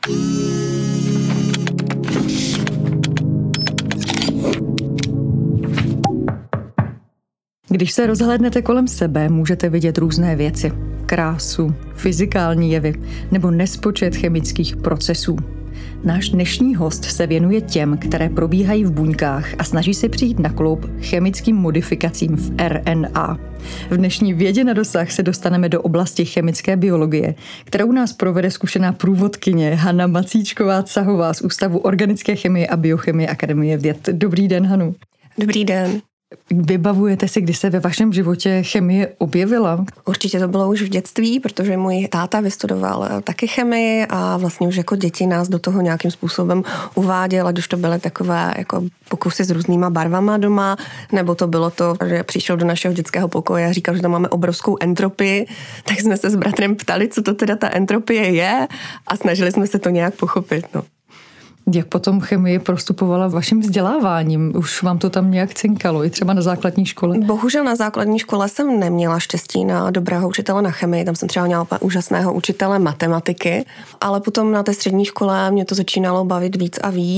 Když se rozhlédnete kolem sebe, můžete vidět různé věci. Krásu, fyzikální jevy nebo nespočet chemických procesů. Náš dnešní host se věnuje těm, které probíhají v buňkách a snaží se přijít na kloub chemickým modifikacím v RNA. V dnešní Vědě na dosah se dostaneme do oblasti chemické biologie, kterou nás provede zkušená průvodkyně Hana Macíčková-Cahová z Ústavu organické chemie a biochemie Akademie věd. Dobrý den, Hanu. Dobrý den. Vybavujete si, kdy se ve vašem životě chemie objevila? Určitě to bylo už v dětství, protože můj táta vystudoval taky chemii a vlastně už jako děti nás do toho nějakým způsobem uváděl, ať už to byly takové jako pokusy s různýma barvama doma, nebo to bylo to, že přišel do našeho dětského pokoje a říkal, že tam máme obrovskou entropii, tak jsme se s bratrem ptali, co to teda ta entropie je a snažili jsme se to nějak pochopit. No. Jak potom chemie prostupovala vaším vzděláváním? Už vám to tam nějak cinkalo, i třeba na základní škole? Bohužel na základní škole jsem neměla štěstí na dobrého učitele na chemii, tam jsem třeba měla úžasného učitele matematiky, ale potom na té střední škole mě to začínalo bavit víc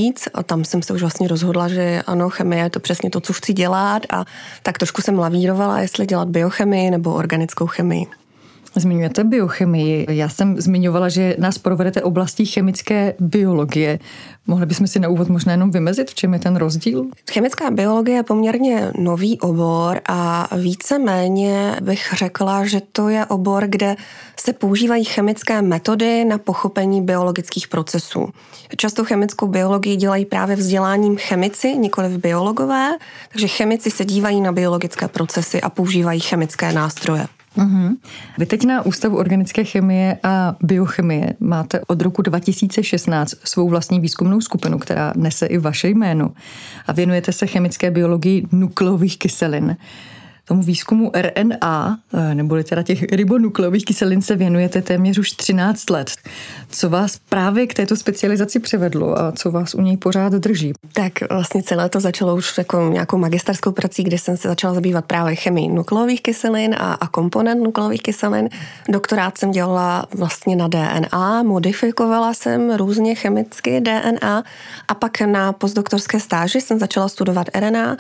a tam jsem se už vlastně rozhodla, že ano, chemie je to přesně to, co chci dělat a tak trošku jsem lavírovala, jestli dělat biochemii nebo organickou chemii. Zmiňujete biochemii. Já jsem zmiňovala, že nás provedete oblastí chemické biologie. Mohli bychom si na úvod možná jenom vymezit, v čem je ten rozdíl? Chemická biologie je poměrně nový obor a víceméně bych řekla, že to je obor, kde se používají chemické metody na pochopení biologických procesů. Často chemickou biologii dělají právě vzděláním chemici, nikoliv biologové, takže chemici se dívají na biologické procesy a používají chemické nástroje. Uhum. Vy teď na Ústavu organické chemie a biochemie máte od roku 2016 svou vlastní výzkumnou skupinu, která nese i vaše jméno a věnujete se chemické biologii nukleových kyselin. Tomu výzkumu RNA, neboli teda těch ribonukleových kyselin, se věnujete téměř už 13 let. Co vás právě k této specializaci přivedlo a co vás u něj pořád drží? Tak vlastně celé to začalo už jako nějakou magisterskou prací, kde jsem se začala zabývat právě chemií nukleových kyselin a komponent nukleových kyselin. Doktorát jsem dělala vlastně na DNA, modifikovala jsem různě chemicky DNA a pak na postdoktorské stáži jsem začala studovat RNA.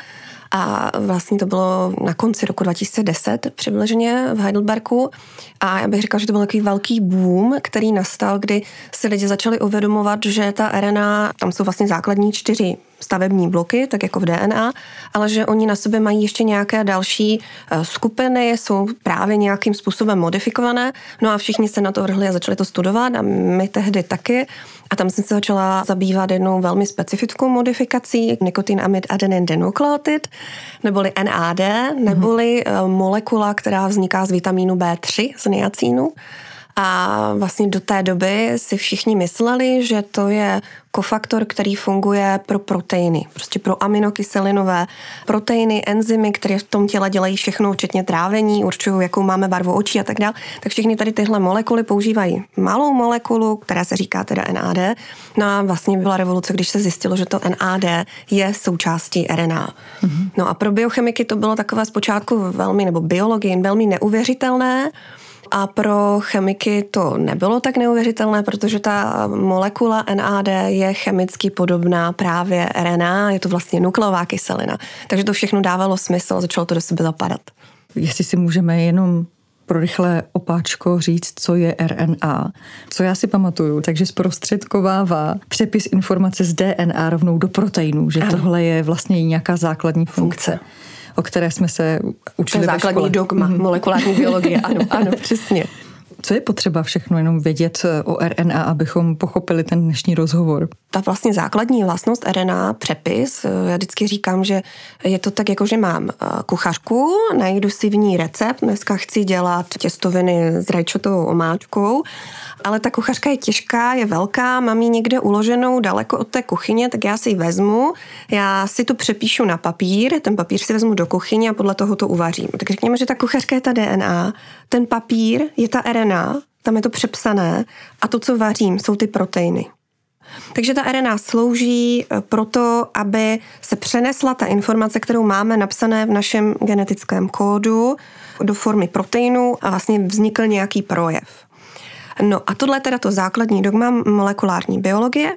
A vlastně to bylo na konci roku 2010 přibližně v Heidelbergu. A já bych říkala, že to byl takový velký boom, který nastal, kdy si lidi začali uvědomovat, že ta RNA, tam jsou vlastně základní 4 stavební bloky, tak jako v DNA, ale že oni na sobě mají ještě nějaké další skupiny, jsou právě nějakým způsobem modifikované. No a všichni se na to vrhli a začali to studovat a my tehdy taky. A tam jsem se začala zabývat jednou velmi specifickou modifikací, nikotin-amid adenin denukleotid, neboli NAD, neboli molekula, která vzniká z vitamínu B3, z niacínu. A vlastně do té doby si všichni mysleli, že to je kofaktor, který funguje pro proteiny, prostě pro aminokyselinové proteiny, enzymy, které v tom těle dělají všechno, včetně trávení, určují, jakou máme barvu očí a tak dále. Tak všechny tady tyhle molekuly používají malou molekulu, která se říká teda NAD. No a vlastně byla revoluce, když se zjistilo, že to NAD je součástí RNA. No a pro biochemiky to bylo takové zpočátku velmi, nebo biologii velmi neuvěřitelné. A pro chemiky to nebylo tak neuvěřitelné, protože ta molekula NAD je chemicky podobná právě RNA, je to vlastně nukleová kyselina. Takže to všechno dávalo smysl a začalo to do sebe zapadat. Jestli si můžeme jenom pro rychlé opáčko říct, co je RNA. Co já si pamatuju, takže zprostředkovává přepis informace z DNA rovnou do proteinů, že tohle je vlastně nějaká základní funkce. O které jsme se učili ve škole. Základní dogma molekulární biologie, ano, přesně. Co je potřeba všechno jenom vědět o RNA, abychom pochopili ten dnešní rozhovor? Ta vlastně základní vlastnost RNA, přepis, já vždycky říkám, že je to tak, jako že mám kuchařku, najdu si v ní recept, dneska chci dělat těstoviny s rajčatovou omáčkou, ale ta kuchařka je těžká, je velká, mám ji někde uloženou daleko od té kuchyně, tak já si ji vezmu, já si to přepíšu na papír, ten papír si vezmu do kuchyně a podle toho to uvařím. Tak řekněme, že ta kuchařka je ta DNA, ten papír je ta RNA, tam je to přepsané a to, co vařím, jsou ty proteiny. Takže ta RNA slouží proto, aby se přenesla ta informace, kterou máme napsané v našem genetickém kódu do formy proteinu a vlastně vznikl nějaký projev. No a tohle je teda to základní dogma molekulární biologie.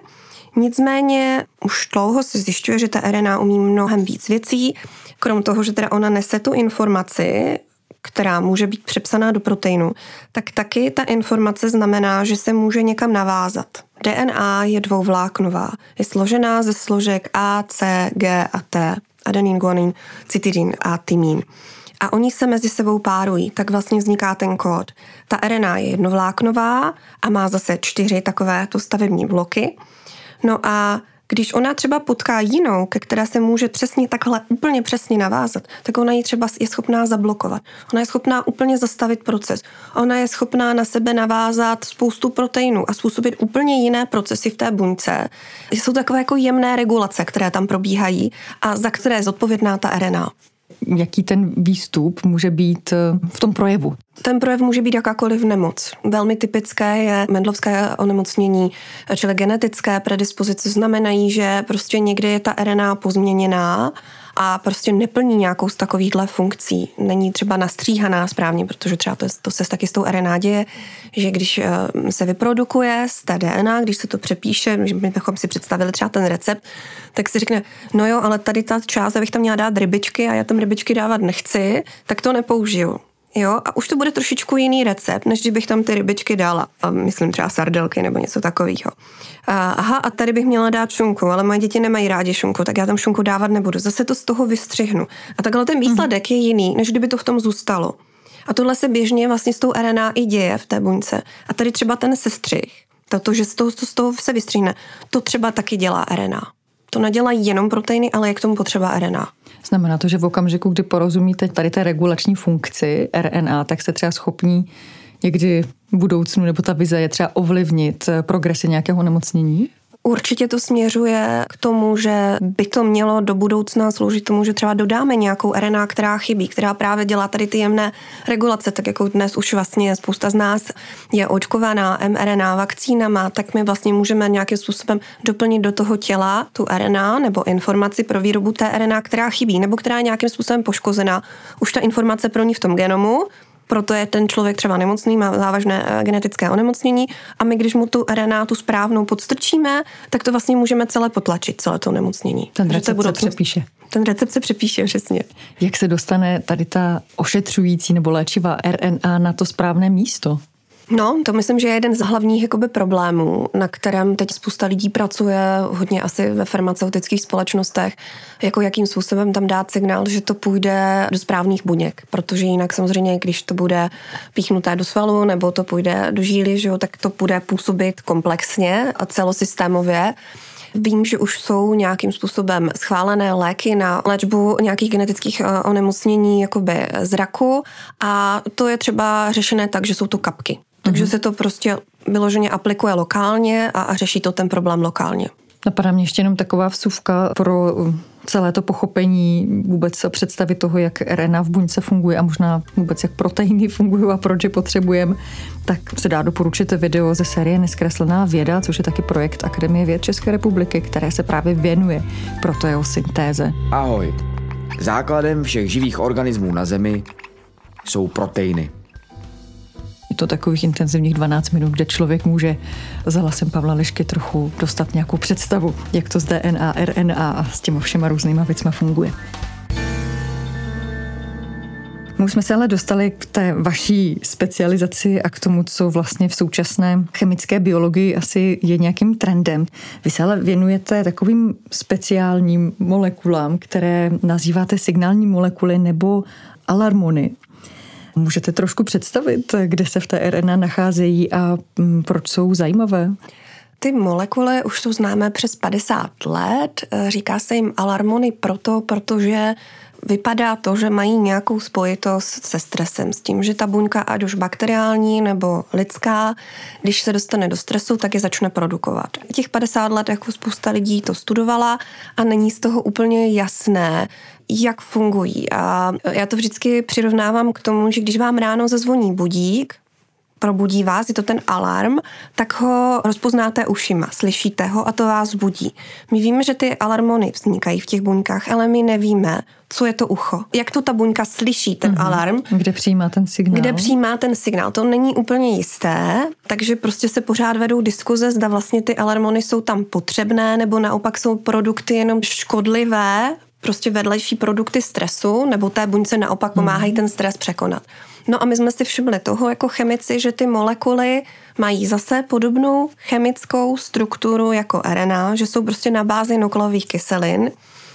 Nicméně už dlouho se zjišťuje, že ta RNA umí mnohem víc věcí, krom toho, že teda ona nese tu informaci, která může být přepsaná do proteinu, tak taky ta informace znamená, že se může někam navázat. DNA je dvouvláknová. Je složená ze složek A, C, G a T. Adenin, guanin, cytidin a tymín. A oni se mezi sebou párují, tak vlastně vzniká ten kód. Ta RNA je jednovláknová a má zase 4 takovéto stavební bloky. No a když ona třeba potká jinou, ke které se může přesně takhle úplně přesně navázat, tak ona ji třeba je schopná zablokovat. Ona je schopná úplně zastavit proces. Ona je schopná na sebe navázat spoustu proteinů a způsobit úplně jiné procesy v té buňce. Jsou takové jako jemné regulace, které tam probíhají a za které je zodpovědná ta RNA. Jaký ten výstup může být v tom projevu? Ten projev může být jakákoliv nemoc. Velmi typické je Mendlovské onemocnění, čili genetické predispozice znamenaí, že prostě někdy je ta RNA pozměněná a prostě neplní nějakou z takovýchhle funkcí. Není třeba nastříhaná správně, protože třeba to se taky s tou RNA děje, že když se vyprodukuje z té DNA, když se to přepíše, my bychom si představili třeba ten recept, tak si řekne, no jo, ale tady ta část, abych tam měla dát rybičky a já tam rybičky dávat nechci, tak to nepoužiju. Jo, a už to bude trošičku jiný recept, než kdybych tam ty rybičky dala. Myslím třeba sardelky nebo něco takového. Aha, a tady bych měla dát šunku, ale moje děti nemají rádi šunku, tak já tam šunku dávat nebudu. Zase to z toho vystřihnu. A takhle ten výsledek je jiný, než kdyby to v tom zůstalo. A tohle se běžně vlastně s tou RNA i děje v té buňce. A tady třeba ten sestřih, to, že z toho se vystřihne, to třeba taky dělá RNA. To nedělají jenom proteiny, ale je k tomu potřeba RNA. Znamená to, že v okamžiku, kdy porozumíte tady té regulační funkci RNA, tak jste třeba schopní někdy v budoucnu, nebo ta vize je třeba ovlivnit progresy nějakého nemocnění? Určitě to směřuje k tomu, že by to mělo do budoucna sloužit tomu, že třeba dodáme nějakou RNA, která chybí, která právě dělá tady ty jemné regulace, tak jako dnes už vlastně spousta z nás je očkovaná mRNA vakcínama, tak my vlastně můžeme nějakým způsobem doplnit do toho těla tu RNA nebo informaci pro výrobu té RNA, která chybí nebo která je nějakým způsobem poškozená. Už ta informace pro ní v tom genomu, proto je ten člověk třeba nemocný, má závažné genetické onemocnění a my, když mu tu RNA, tu správnou podstrčíme, tak to vlastně můžeme celé potlačit, celé to onemocnění. Ten recept se přepíše. Ten recept se přepíše, přesně. Jak se dostane tady ta ošetřující nebo léčivá RNA na to správné místo? No, to myslím, že je jeden z hlavních problémů, na kterém teď spousta lidí pracuje, hodně asi ve farmaceutických společnostech, jako jakým způsobem tam dát signál, že to půjde do správných buněk, protože jinak samozřejmě, když to bude píchnuté do svalu nebo to půjde do žíly, že jo, tak to bude působit komplexně a celosystémově. Vím, že už jsou nějakým způsobem schválené léky na léčbu nějakých genetických onemocnění jakoby zraku a to je třeba řešené tak, že jsou to kapky. Takže se to prostě vyloženě aplikuje lokálně a řeší to ten problém lokálně. Napadá mě ještě jenom taková vsuvka pro celé to pochopení vůbec představit toho, jak RNA v buňce funguje a možná vůbec jak proteiny fungují a proč je potřebujeme, tak se dá doporučit video ze série Neskreslená věda, což je taky projekt Akademie věd České republiky, které se právě věnuje proteosyntéze. Ahoj. Základem všech živých organismů na Zemi jsou proteiny. Je to takových intenzivních 12 minut, kde člověk může za hlasem Pavla Lišky trochu dostat nějakou představu, jak to s DNA, RNA a s těma všema různýma věcma funguje. My už jsme se ale dostali k té vaší specializaci a k tomu, co vlastně v současné chemické biologii asi je nějakým trendem. Vy se ale věnujete takovým speciálním molekulám, které nazýváte signální molekuly nebo alarmony. Můžete trošku představit, kde se v té RNA nacházejí a proč jsou zajímavé? Ty molekuly už jsou známé přes 50 let. Říká se jim alarmony protože vypadá to, že mají nějakou spojitost se stresem, s tím, že ta buňka, ať už bakteriální nebo lidská, když se dostane do stresu, tak je začne produkovat. Těch 50 let jako spousta lidí to studovala a není z toho úplně jasné, jak fungují. A já to vždycky přirovnávám k tomu, že když vám ráno zazvoní budík, probudí vás, je to ten alarm, tak ho rozpoznáte ušima, slyšíte ho a to vás budí. My víme, že ty alarmony vznikají v těch buňkách, ale my nevíme, co je to ucho. Jak to ta buňka slyší, ten alarm. Kde přijímá ten signál. Kde přijímá ten signál. To není úplně jisté, takže prostě se pořád vedou diskuze, zda vlastně ty alarmony jsou tam potřebné, nebo naopak jsou produkty jenom škodlivé, prostě vedlejší produkty stresu, nebo té buňce naopak pomáhají ten stres překonat. No a my jsme si všimli toho jako chemici, že ty molekuly mají zase podobnou chemickou strukturu jako RNA, že jsou prostě na bázi nukleových kyselin.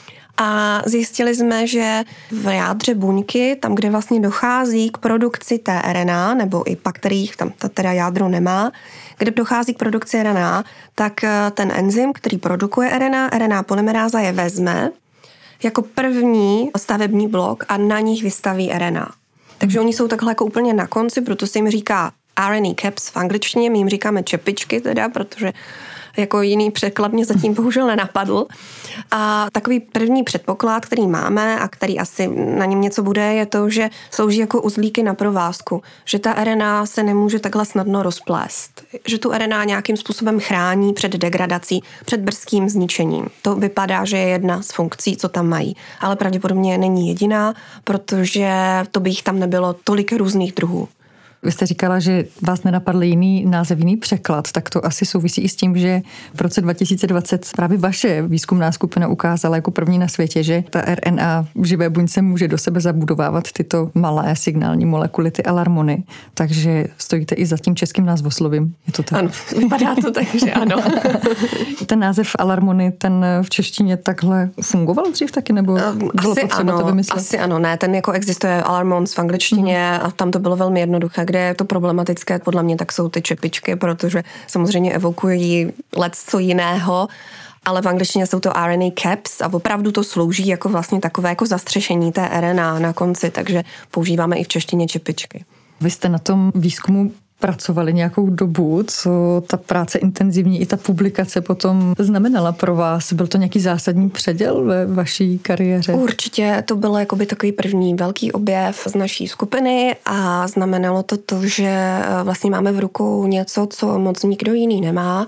A zjistili jsme, že v jádře buňky, tam, kde vlastně dochází k produkci té RNA, nebo i bakteriích, tam ta teda jádro nemá, kde dochází k produkci RNA, tak ten enzym, který produkuje RNA polymeráza je vezme jako první stavební blok a na nich vystaví RNA. Takže oni jsou takhle jako úplně na konci, proto se jim říká RNA caps v angličtině, my jim říkáme čepičky teda, protože jako jiný překlad mě zatím bohužel nenapadl. A takový první předpoklad, který máme a který asi na něm něco bude, je to, že slouží jako uzlíky na provázku. Že ta RNA se nemůže takhle snadno rozplést. Že tu RNA nějakým způsobem chrání před degradací, před brzkým zničením. To vypadá, že je jedna z funkcí, co tam mají. Ale pravděpodobně není jediná, protože to by jich tam nebylo tolik různých druhů. Vy jste říkala, že vás nenapadl jiný název, jiný překlad, tak to asi souvisí i s tím, že v roce 2020 právě vaše výzkumná skupina ukázala jako první na světě, že ta RNA v živé buňce může do sebe zabudovávat tyto malé signální molekuly, ty alarmony, takže stojíte i za tím českým názvoslovím. Je to tak? Ano, vypadá to tak, že ano. Ten název alarmony, ten v češtině takhle fungoval dřív taky, nebo bylo potřeba to vymyslet? Asi ano, ne, ten jako existuje alarmons v angličtině a tam to bylo velmi jednoduché. Kde je to problematické, podle mě, tak jsou ty čepičky, protože samozřejmě evokují lecco jiného, ale v angličtině jsou to RNA caps a opravdu to slouží jako vlastně takové jako zastřešení té RNA na konci, takže používáme i v češtině čepičky. Vy jste na tom výzkumu pracovali nějakou dobu, co ta práce intenzivní i ta publikace potom znamenala pro vás? Byl to nějaký zásadní předěl ve vaší kariéře? Určitě to bylo jakoby takový první velký objev z naší skupiny a znamenalo to, že vlastně máme v rukou něco, co moc nikdo jiný nemá.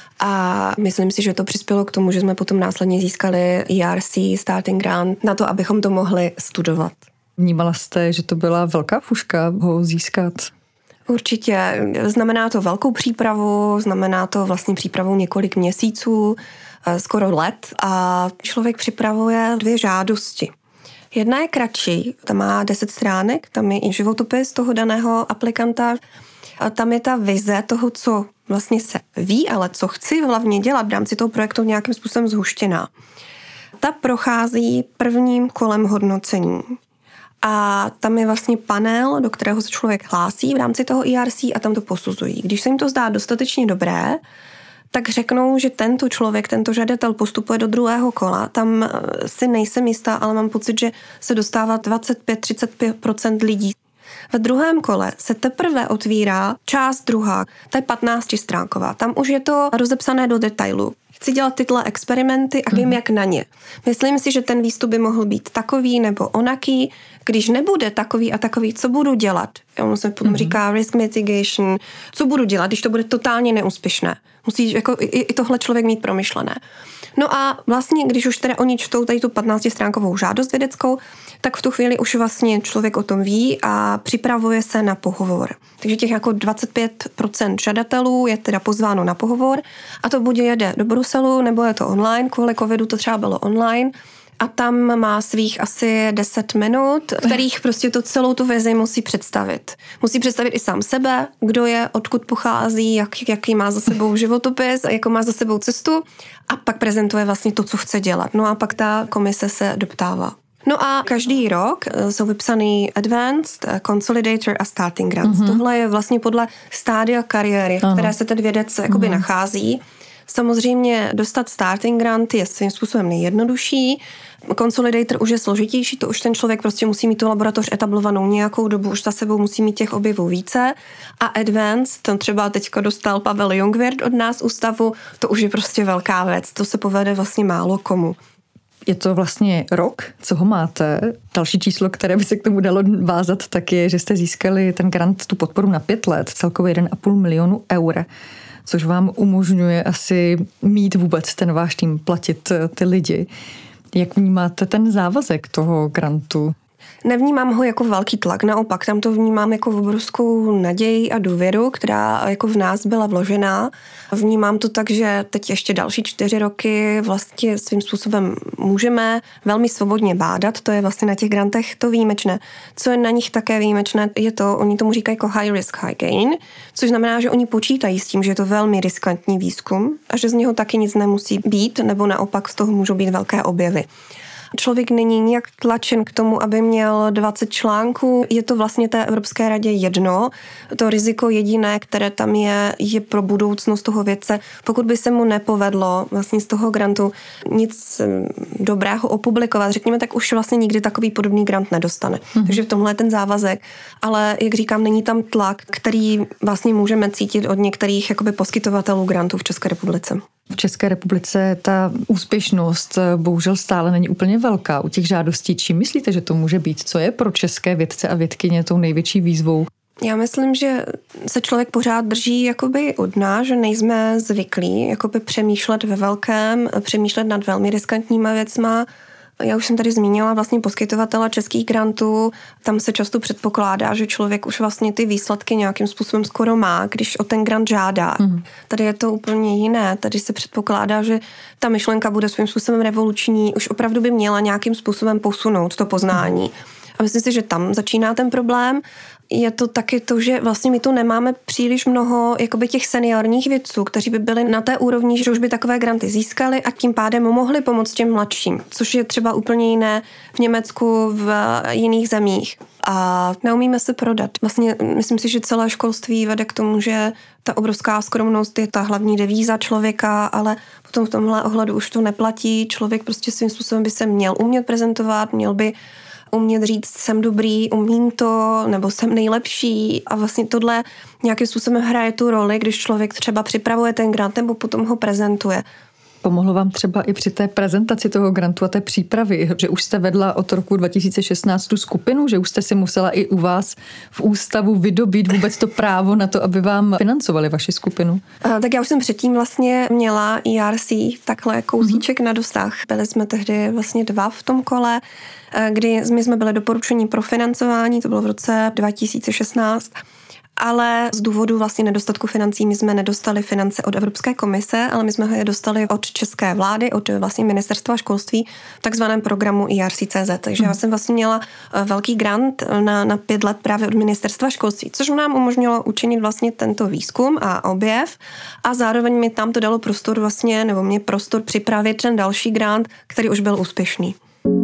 A myslím si, že to přispělo k tomu, že jsme potom následně získali ERC Starting Grant na to, abychom to mohli studovat. Vnímala jste, že to byla velká fuška ho získat? Určitě. Znamená to velkou přípravu, znamená to vlastně přípravu několik měsíců, skoro let a člověk připravuje 2 žádosti. Jedna je kratší, ta má 10 stránek, tam je i životopis toho daného aplikanta a tam je ta vize toho, co vlastně se ví, ale co chci hlavně dělat v rámci toho projektu nějakým způsobem zhuštěná. Ta prochází prvním kolem hodnocení. A tam je vlastně panel, do kterého se člověk hlásí v rámci toho ERC a tam to posuzují. Když se jim to zdá dostatečně dobré, tak řeknou, že tento člověk, tento žadatel postupuje do druhého kola. Tam si nejsem jistá, ale mám pocit, že se dostává 25-35% lidí. Ve druhém kole se teprve otvírá část druhá, ta je 15stránková. Tam už je to rozepsané do detailu. Chci dělat tyhle experimenty a vím, jak na ně. Myslím si, že ten výstup by mohl být takový nebo onaký. Když nebude takový a takový, co budu dělat? On se potom říká risk mitigation. Co budu dělat, když to bude totálně neúspěšné? Musí jako i tohle člověk mít promyšlené. No a vlastně, když už teda oni čtou tady tu 15stránkovou žádost vědeckou, tak v tu chvíli už vlastně člověk o tom ví a připravuje se na pohovor. Takže těch jako 25% žadatelů je teda pozváno na pohovor a to buď jede do Bruselu, nebo je to online, kvůli covidu to třeba bylo online a tam má svých asi 10 minut, kterých prostě to celou tu vizi musí představit. Musí představit i sám sebe, kdo je, odkud pochází, jaký má za sebou životopis a jakou má za sebou cestu a pak prezentuje vlastně to, co chce dělat. No a pak ta komise se doptává. No a každý rok jsou vypsaný Advanced, Consolidator a Starting Grants. Tohle je vlastně podle stádia kariéry, v které se ten vědec jakoby nachází. Samozřejmě dostat Starting Grant je svým způsobem nejjednodušší. Consolidator už je složitější, to už ten člověk prostě musí mít tu laboratoř etablovanou nějakou dobu, už za sebou musí mít těch objevů více. A Advanced, ten třeba teďka dostal Pavel Jungwirth od nás ústavu, to už je prostě velká věc, to se povede vlastně málo komu. Je to vlastně rok, co ho máte. Další číslo, které by se k tomu dalo vázat, tak je, že jste získali ten grant, tu podporu na 5 let, celkově 1,5 milionu eur, což vám umožňuje asi mít vůbec ten váš tým, platit ty lidi. Jak vnímáte ten závazek toho grantu? Nevnímám ho jako velký tlak, naopak tam to vnímám jako obrovskou naději a důvěru, která jako v nás byla vložená. Vnímám to tak, že teď ještě další 4 roky vlastně svým způsobem můžeme velmi svobodně bádat, to je vlastně na těch grantech to výjimečné. Co je na nich také výjimečné, je to, oni tomu říkají jako high risk, high gain, což znamená, že oni počítají s tím, že je to velmi riskantní výzkum a že z něho taky nic nemusí být, nebo naopak z toho můžou být velké objevy. Člověk není nijak tlačen k tomu, aby měl 20 článků. Je to vlastně té Evropské radě jedno. To riziko jediné, které tam je pro budoucnost toho vědce. Pokud by se mu nepovedlo vlastně z toho grantu nic dobrého opublikovat, řekněme, tak už vlastně nikdy takový podobný grant nedostane. Takže v tomhle je ten závazek. Ale jak říkám, není tam tlak, který vlastně můžeme cítit od některých jakoby poskytovatelů grantů v České republice. V České republice ta úspěšnost bohužel stále není úplně velká u těch žádostí. Čím myslíte, že to může být? Co je pro české vědce a vědkyně tou největší výzvou? Já myslím, že se člověk pořád drží jakoby od nás, že nejsme zvyklí jakoby přemýšlet ve velkém, přemýšlet nad velmi riskantníma věcma. Já už jsem tady zmínila vlastně poskytovatele českých grantů. Tam se často předpokládá, že člověk už vlastně ty výsledky nějakým způsobem skoro má, když o ten grant žádá. Tady je to úplně jiné. Tady se předpokládá, že ta myšlenka bude svým způsobem revoluční, už opravdu by měla nějakým způsobem posunout to poznání. A myslím si, že tam začíná ten problém. Je to taky to, že vlastně my tu nemáme příliš mnoho jakoby těch seniorních vědců, kteří by byli na té úrovni, že už by takové granty získali a tím pádem mohli pomoct těm mladším, což je třeba úplně jiné v Německu, v jiných zemích. A neumíme se prodat. Vlastně myslím si, že celé školství vede k tomu, že ta obrovská skromnost je ta hlavní devíza člověka, ale potom v tomhle ohledu už to neplatí. Člověk prostě svým způsobem by se měl umět prezentovat, měl by umět říct, jsem dobrý, umím to, nebo jsem nejlepší a vlastně tohle nějakým způsobem hraje tu roli, když člověk třeba připravuje ten grant nebo potom ho prezentuje. Pomohlo vám třeba i při té prezentaci toho grantu a té přípravy, že už jste vedla od roku 2016 tu skupinu, že už jste si musela i u vás v ústavu vydobít vůbec to právo na to, aby vám financovali vaši skupinu? Tak já už jsem předtím vlastně měla ERC takhle kousíček na dosah. Byli jsme tehdy vlastně 2 v tom kole, kdy my jsme byli doporučení pro financování, to bylo v roce 2016. Ale z důvodu vlastně nedostatku financí my jsme nedostali finance od Evropské komise, ale my jsme je dostali od české vlády, od vlastně ministerstva školství v takzvaném programu ERC.cz. Takže já jsem vlastně měla velký grant na 5 let právě od ministerstva školství, což nám umožnilo učinit vlastně tento výzkum a objev a zároveň mi tam to dalo prostor vlastně, nebo mě prostor připravit ten další grant, který už byl úspěšný.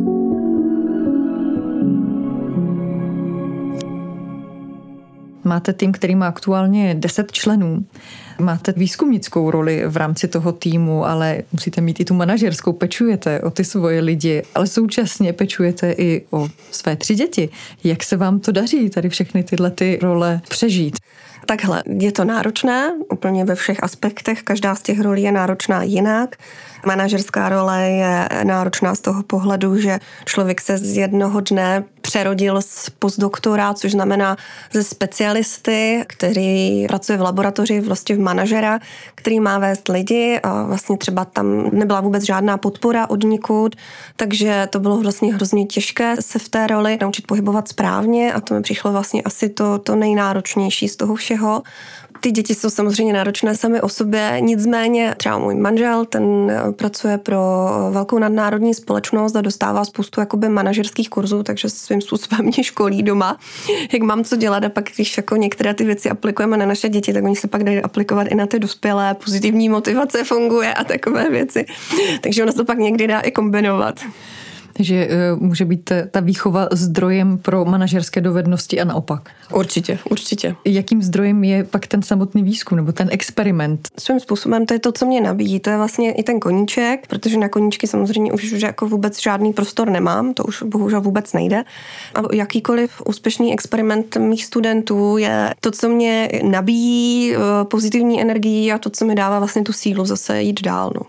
Máte tým, který má aktuálně 10 členů. Máte výzkumnickou roli v rámci toho týmu, ale musíte mít i tu manažerskou, pečujete o ty svoje lidi, ale současně pečujete i o své 3 děti. Jak se vám to daří tady všechny tyhle ty role přežít? Takhle, je to náročné, úplně ve všech aspektech, každá z těch rolí je náročná jinak. Manažerská role je náročná z toho pohledu, že člověk se z jednoho dne přerodil z postdoktora, což znamená ze specialisty, který pracuje v laboratoři, vlastně v manažera, který má vést lidi a vlastně třeba tam nebyla vůbec žádná podpora od nikud, takže to bylo vlastně hrozně těžké se v té roli naučit pohybovat správně a to mi přišlo vlastně asi to nejnáročnější z toho všeho. Ty děti jsou samozřejmě náročné sami o sobě, nicméně třeba můj manžel, ten pracuje pro velkou nadnárodní společnost a dostává spoustu jakoby manažerských kurzů, takže svým způsobem mě školí doma, jak mám co dělat a pak když jako některé ty věci aplikujeme na naše děti, tak oni se pak dají aplikovat i na ty dospělé, pozitivní motivace funguje a takové věci. Takže ono se to pak někdy dá i kombinovat. Takže může být ta výchova zdrojem pro manažerské dovednosti a naopak. Určitě. Jakým zdrojem je pak ten samotný výzkum nebo ten experiment? Svým způsobem to je to, co mě nabíjí. To je vlastně i ten koníček, protože na koníčky samozřejmě už jako vůbec žádný prostor nemám, to už bohužel vůbec nejde. A jakýkoliv úspěšný experiment mých studentů je to, co mě nabíjí pozitivní energii a to, co mi dává vlastně tu sílu zase jít dál. No.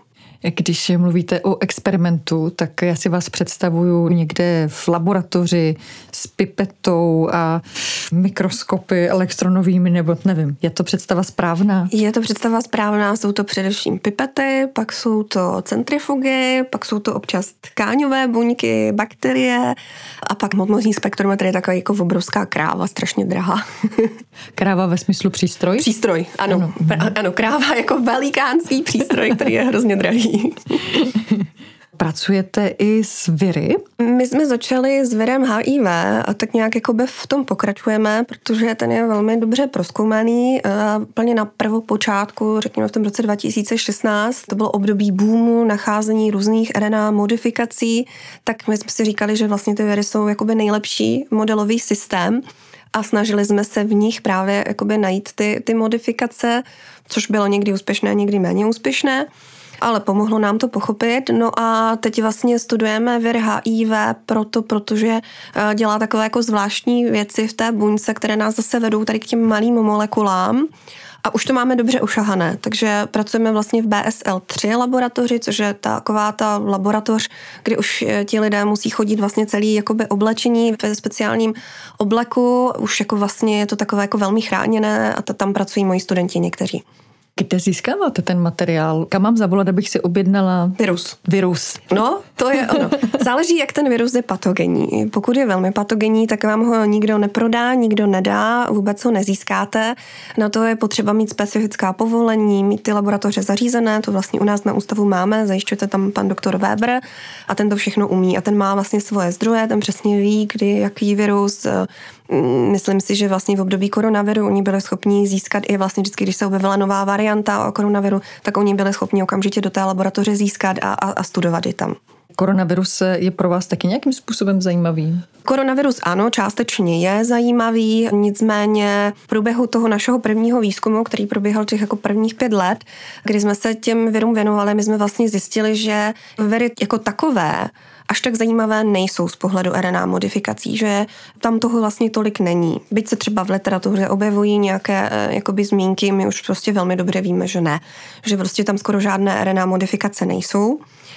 Když mluvíte o experimentu, tak já si vás představuju někde v laboratoři s pipetou a mikroskopy elektronovými, nebo nevím, je to představa správná? Je to představa správná, jsou to především pipety, pak jsou to centrifugy, pak jsou to občas tkáňové buňky, bakterie a pak hmotnostní spektrometr je taková jako obrovská kráva, strašně drahá. Kráva ve smyslu přístroj? Přístroj, ano. Ano, kráva jako velikánský přístroj, který je hrozně drahý. Pracujete i s viry? My jsme začali s virem HIV a tak nějak jakoby v tom pokračujeme, protože ten je velmi dobře prozkoumaný. Plně na prvopočátku, řekněme v tom roce 2016, to bylo období boomu, nacházení různých RNA modifikací, tak my jsme si říkali, že vlastně ty viry jsou jakoby nejlepší modelový systém a snažili jsme se v nich právě jakoby najít ty modifikace, což bylo někdy úspěšné, někdy méně úspěšné. Ale pomohlo nám to pochopit. No a teď vlastně studujeme vir HIV protože dělá takové jako zvláštní věci v té buňce, které nás zase vedou tady k těm malým molekulám. A už to máme dobře ušahané, takže pracujeme vlastně v BSL-3 laboratoři, což je taková ta laboratoř, kdy už ti lidé musí chodit vlastně celý jakoby oblečení ve speciálním obleku. Už jako vlastně je to takové jako velmi chráněné a tam pracují moji studenti někteří. Kde získáváte ten materiál? Kam mám zavolat, abych si objednala? Virus. No, to je ono. Záleží, jak ten virus je patogenní. Pokud je velmi patogenní, tak vám ho nikdo neprodá, nikdo nedá, vůbec ho nezískáte. Na to je potřeba mít specifická povolení, mít ty laboratoře zařízené, to vlastně u nás na ústavu máme, zajišťujete tam pan doktor Weber a ten to všechno umí a ten má vlastně svoje zdroje, ten přesně ví, kdy, jaký virus. Myslím si, že vlastně v období koronaviru oni byli schopni získat i vlastně vždycky, když se objevila nová varianta o koronaviru, tak oni byli schopni okamžitě do té laboratoře získat a studovat je tam. Koronavirus je pro vás taky nějakým způsobem zajímavý? Koronavirus ano, částečně je zajímavý, nicméně v průběhu toho našeho prvního výzkumu, který probíhal těch jako prvních 5 let, kdy jsme se těm virům věnovali, my jsme vlastně zjistili, že viry jako takové až tak zajímavé nejsou z pohledu RNA modifikací, že tam toho vlastně tolik není. Byť se třeba v literatuře objevují nějaké jakoby zmínky, my už prostě velmi dobře víme, že ne. Že prostě tam skoro žádné RNA modifikace nejsou.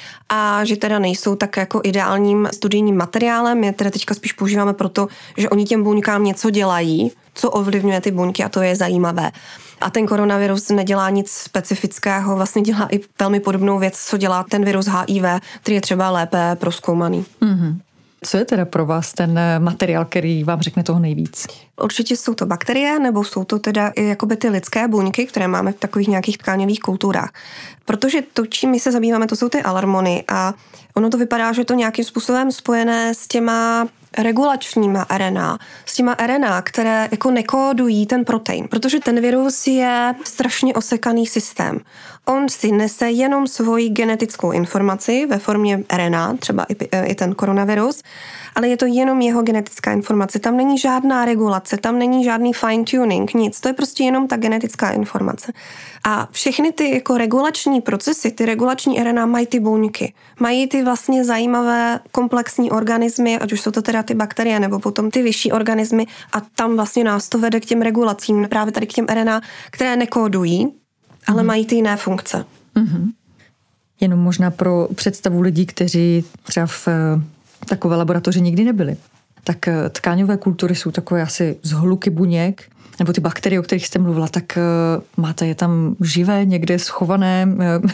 A že teda nejsou tak jako ideálním studijním materiálem, je teda teďka spíš používáme proto, že oni těm buňkám něco dělají, co ovlivňuje ty buňky a to je zajímavé. A ten koronavirus nedělá nic specifického, vlastně dělá i velmi podobnou věc, co dělá ten virus HIV, který je třeba lépe prozkoumaný. Mm-hmm. Co je teda pro vás ten materiál, který vám řekne toho nejvíc? Určitě jsou to bakterie, nebo jsou to teda i jakoby ty lidské buňky, které máme v takových nějakých tkáňových kulturách. Protože to, čím my se zabýváme, to jsou ty alarmony a ono to vypadá, že je to nějakým způsobem spojené s těma regulačníma RNA, s těma RNA, které jako nekódují ten protein, protože ten virus je strašně osekaný systém. On si nese jenom svoji genetickou informaci ve formě RNA, třeba i ten koronavirus, ale je to jenom jeho genetická informace. Tam není žádná regulace, tam není žádný fine tuning, nic. To je prostě jenom ta genetická informace. A všechny ty jako regulační procesy, ty regulační RNA mají ty buňky. Mají ty vlastně zajímavé komplexní organismy, ať už jsou to teda ty bakterie nebo potom ty vyšší organismy a tam vlastně nás to vede k těm regulacím, právě tady k těm RNA, které nekódují, ale mají ty jiné funkce. Mm-hmm. Jenom možná pro představu lidí, kteří třeba v takové laboratoři nikdy nebyli. Tak tkáňové kultury jsou takové asi zhluky buněk, nebo ty bakterie, o kterých jste mluvila, tak máte je tam živé, někde schované,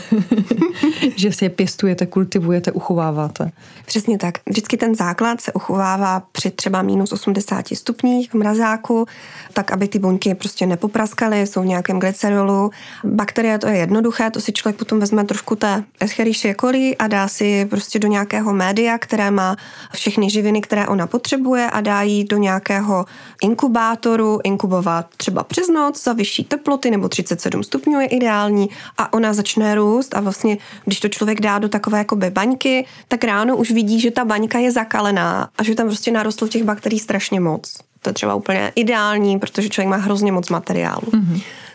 že si je pěstujete, kultivujete, uchováváte. Přesně tak. Vždycky ten základ se uchovává při třeba minus 80 stupních v mrazáku, tak aby ty buňky prostě nepopraskaly, jsou v nějakém glycerolu. Bakterie, to je jednoduché, to si člověk potom vezme trošku té Escherichia coli a dá si prostě do nějakého média, které má všechny živiny, které ona potřebuje a dá ji do nějakého inkubátoru, inkubovat třeba přes noc za vyšší teploty nebo 37 stupňů je ideální a ona začne růst a vlastně, když to člověk dá do takové jakoby baňky, tak ráno už vidí, že ta baňka je zakalená a že tam prostě narostlo těch bakterií strašně moc. To je třeba úplně ideální, protože člověk má hrozně moc materiálu. Mm-hmm.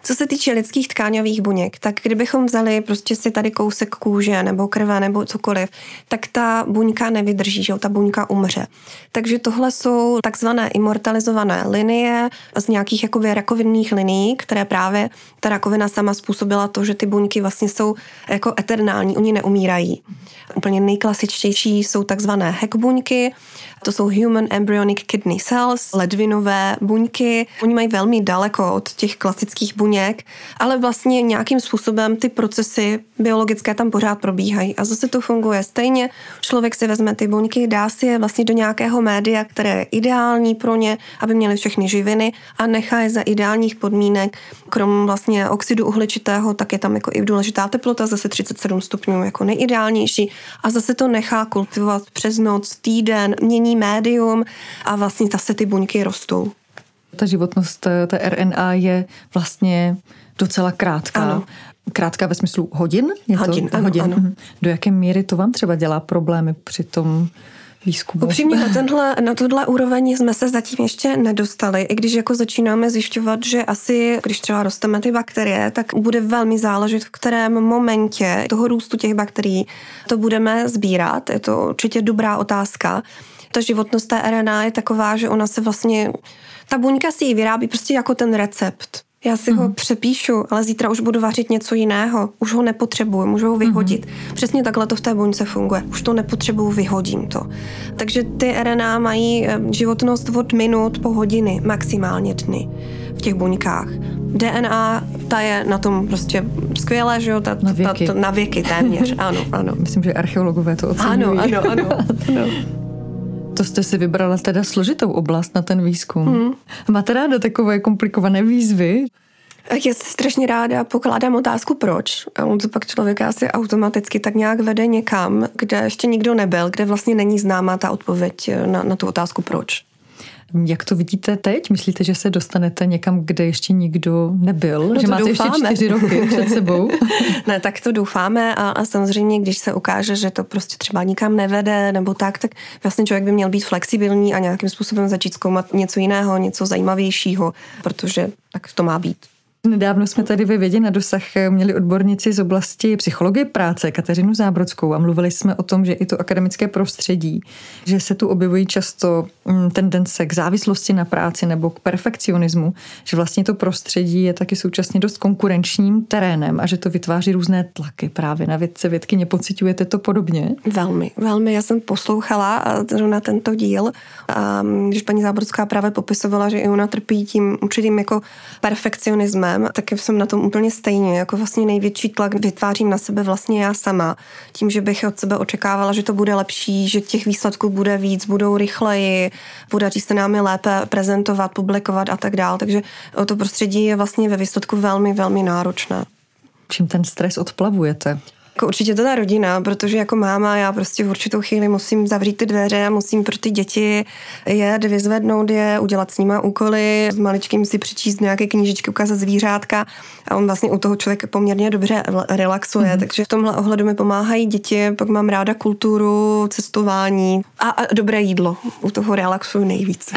Co se týče lidských tkáňových buněk, tak kdybychom vzali prostě si tady kousek kůže nebo krve nebo cokoliv, tak ta buňka nevydrží, že jo, ta buňka umře. Takže tohle jsou takzvané immortalizované linie z nějakých jakoby rakovinných linií, které právě ta rakovina sama způsobila to, že ty buňky vlastně jsou jako eternální, oni neumírají. Úplně nejklasičtější jsou takzvané HEK buňky, to jsou Human Embryonic Kidney Cells, ledvinové buňky. Oni mají velmi daleko od těch klasických buněk, ale vlastně nějakým způsobem ty procesy biologické tam pořád probíhají. A zase to funguje stejně. Člověk si vezme ty buňky, dá si je vlastně do nějakého média, které je ideální pro ně, aby měly všechny živiny a nechá je za ideálních podmínek. Krom vlastně oxidu uhličitého, tak je tam jako i důležitá teplota, zase 37 stupňů jako nejideálnější. A zase to nechá kultivovat přes noc, týden, mění médium a vlastně zase ty buňky rostou. Ta životnost té RNA je vlastně docela krátká. Ano. Krátká ve smyslu hodin? Hodin, ano. Do jaké míry to vám třeba dělá problémy při tom výzkumu? Upřímně na tohle úroveň jsme se zatím ještě nedostali, i když jako začínáme zjišťovat, že asi, když třeba rosteme ty bakterie, tak bude velmi záležet, v kterém momentě toho růstu těch bakterií to budeme sbírat. Je to určitě dobrá otázka. Ta životnost té RNA je taková, že ona se vlastně, ta buňka si ji vyrábí prostě jako ten recept. Já si ho přepíšu, ale zítra už budu vařit něco jiného. Už ho nepotřebuju, můžu ho vyhodit. Přesně takhle to v té buňce funguje. Už to nepotřebuju, vyhodím to. Takže ty RNA mají životnost od minut po hodiny, maximálně dny v těch buňkách. DNA, ta je na tom prostě skvěle, že jo? Na věky téměř, ano. Myslím, že archeologové to oceňují. Ano. To jste si vybrala teda složitou oblast na ten výzkum. Máte ráda takové komplikované výzvy? Já si strašně ráda pokládám otázku proč. A on to pak člověka asi automaticky tak nějak vede někam, kde ještě nikdo nebyl, kde vlastně není známá ta odpověď na tu otázku proč. Jak to vidíte teď? Myslíte, že se dostanete někam, kde ještě nikdo nebyl? Že máte doufáme. Ještě 4 roky před sebou? Ne, tak to doufáme a samozřejmě, když se ukáže, že to prostě třeba nikam nevede nebo tak vlastně člověk by měl být flexibilní a nějakým způsobem začít zkoumat něco jiného, něco zajímavějšího, protože tak to má být. Nedávno jsme tady ve Vědě na dosah měli odbornici z oblasti psychologie práce, Kateřinu Zábrodskou, a mluvili jsme o tom, že i to akademické prostředí, že se tu objevují často tendence k závislosti na práci nebo k perfekcionismu, že vlastně to prostředí je taky současně dost konkurenčním terénem a že to vytváří různé tlaky právě na vědce. Vědkyně, pociťujete to podobně? Velmi. Já jsem poslouchala na tento díl, když paní Zábrodská právě popisovala, že i ona trpí tím určitým jako perfekcionismem, tak jsem na tom úplně stejně. Jako vlastně největší tlak vytvářím na sebe vlastně já sama. Tím, že bych od sebe očekávala, že to bude lepší, že těch výsledků bude víc, budou rychleji, podaří se nám je lépe prezentovat, publikovat a tak dál. Takže to prostředí je vlastně ve výsledku velmi, velmi náročné. Čím ten stres odplavujete? Jako určitě to ta rodina, protože jako máma já prostě v určitou chvíli musím zavřít ty dveře a musím pro ty děti jet, vyzvednout je, udělat s nima úkoly, s maličkým si přečíst nějaké knížičky, ukázat zvířátka a on vlastně u toho člověk poměrně dobře relaxuje, takže v tomhle ohledu mi pomáhají děti, pak mám ráda kulturu, cestování a dobré jídlo. U toho relaxuju nejvíc.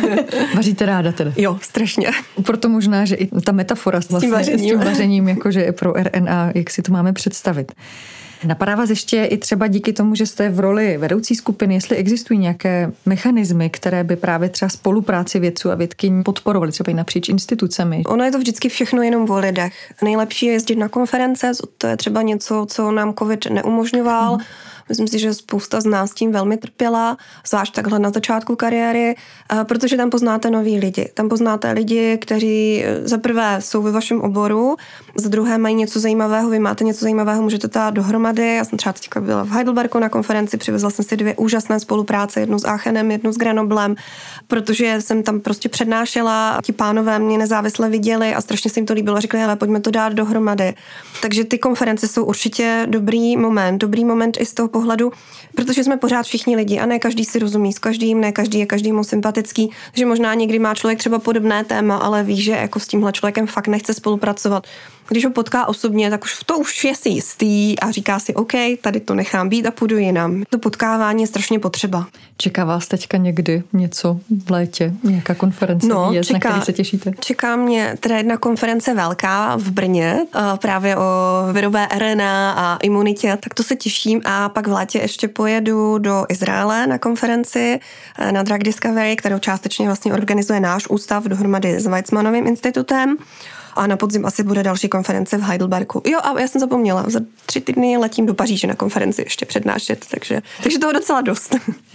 Vaříte ráda teda? Jo, strašně. Proto možná, že i ta metafora vlastně s tím vařením jakože pro RNA, jak si to máme představit. Napadá vás ještě i třeba díky tomu, že jste v roli vedoucí skupiny, jestli existují nějaké mechanismy, které by právě třeba spolupráci vědců a vědkyň podporovaly, třeba i napříč institucemi? Ono je to vždycky všechno jenom o lidech. Nejlepší je jezdit na konference, to je třeba něco, co nám COVID neumožňoval. Myslím si, že spousta z nás tím velmi trpěla, zvlášť takhle na začátku kariéry, protože tam poznáte nový lidi. Tam poznáte lidi, kteří za prvé jsou ve vašem oboru, za druhé mají něco zajímavého, vy máte něco zajímavého, můžete to dát dohromady. Já jsem třeba teďka byla v Heidelbergu na konferenci, přivezla jsem si 2 úžasné spolupráce, jednu s Aachenem, jednu s Grenoblem, protože jsem tam prostě přednášela, ti pánové mě nezávisle viděli a strašně se jim to líbilo a řekli, hele, pojďme to dát dohromady. Takže ty konference jsou určitě dobrý moment i z toho pohledu, protože jsme pořád všichni lidi a ne každý si rozumí s každým, ne každý je každému sympatický, že možná někdy má člověk třeba podobné téma, ale ví, že jako s tímhle člověkem fakt nechce spolupracovat. Když ho potká osobně, tak už je si jistý a říká si, OK, tady to nechám být a půjdu jinam. To potkávání je strašně potřeba. Čeká vás teďka někdy něco v létě? Nějaká konference, výjezd, na který se těšíte? Čeká mě teda jedna konference velká v Brně, právě o virové RNA a imunitě, tak to se těším a pak v létě ještě pojedu do Izraele na konferenci na Drug Discovery, kterou částečně vlastně organizuje náš ústav dohromady s Weizmannovým institutem. A na podzim asi bude další konference v Heidelbergu. Jo, a já jsem zapomněla, za 3 týdny letím do Paříže na konferenci ještě přednášet, takže toho docela dost.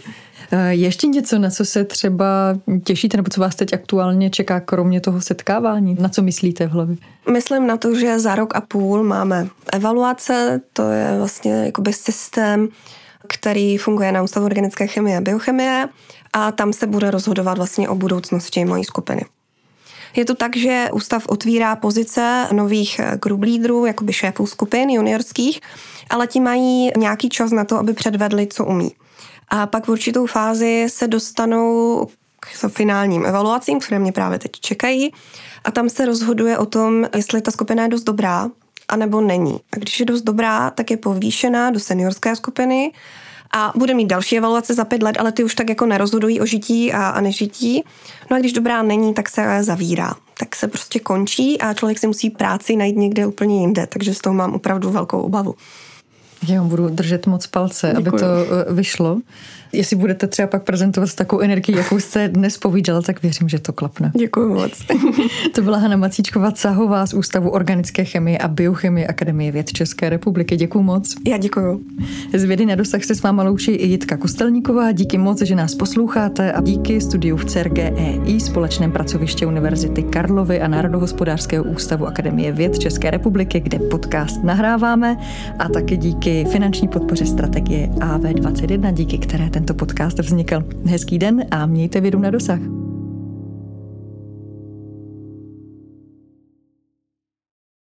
Ještě něco, na co se třeba těšíte, nebo co vás teď aktuálně čeká, kromě toho setkávání? Na co myslíte v hlavě? Myslím na to, že za 1,5 roku máme evaluace, to je vlastně jakoby systém, který funguje na Ústavu organické chemie a biochemie a tam se bude rozhodovat vlastně o budoucnosti mojí skupiny. Je to tak, že ústav otvírá pozice nových group leaderů, jakoby šéfů skupin juniorských, ale ti mají nějaký čas na to, aby předvedli, co umí. A pak v určitou fázi se dostanou k finálním evaluacím, které mě právě teď čekají, a tam se rozhoduje o tom, jestli ta skupina je dost dobrá, anebo není. A když je dost dobrá, tak je povýšená do seniorské skupiny a bude mít další evaluace za 5 let, ale ty už tak jako nerozhodují o žití a nežití. No a když dobrá není, tak se zavírá. Tak se prostě končí a člověk si musí práci najít někde úplně jinde, takže z toho mám opravdu velkou obavu. Já vám budu držet moc palce, děkuju, aby to vyšlo. Jestli budete třeba pak prezentovat s takovou energií, jakou jste dnes povídala, tak věřím, že to klapne. Děkuju moc. To byla Hana Macíčková-Cahová z Ústavu organické chemie a biochemie Akademie věd České republiky. Děkuju moc. Já děkuju. Z Vědy na dosah se s váma loučí i Jitka Kostelníková. Díky moc, že nás posloucháte a díky studiu v CERGEI, společném pracoviště Univerzity Karlovy a Národohospodářského ústavu Akademie věd České republiky, kde podcast nahráváme, a taky díky finanční podpoře strategie AV21, díky které tento podcast vznikl. Hezký den a mějte vědu na dosah.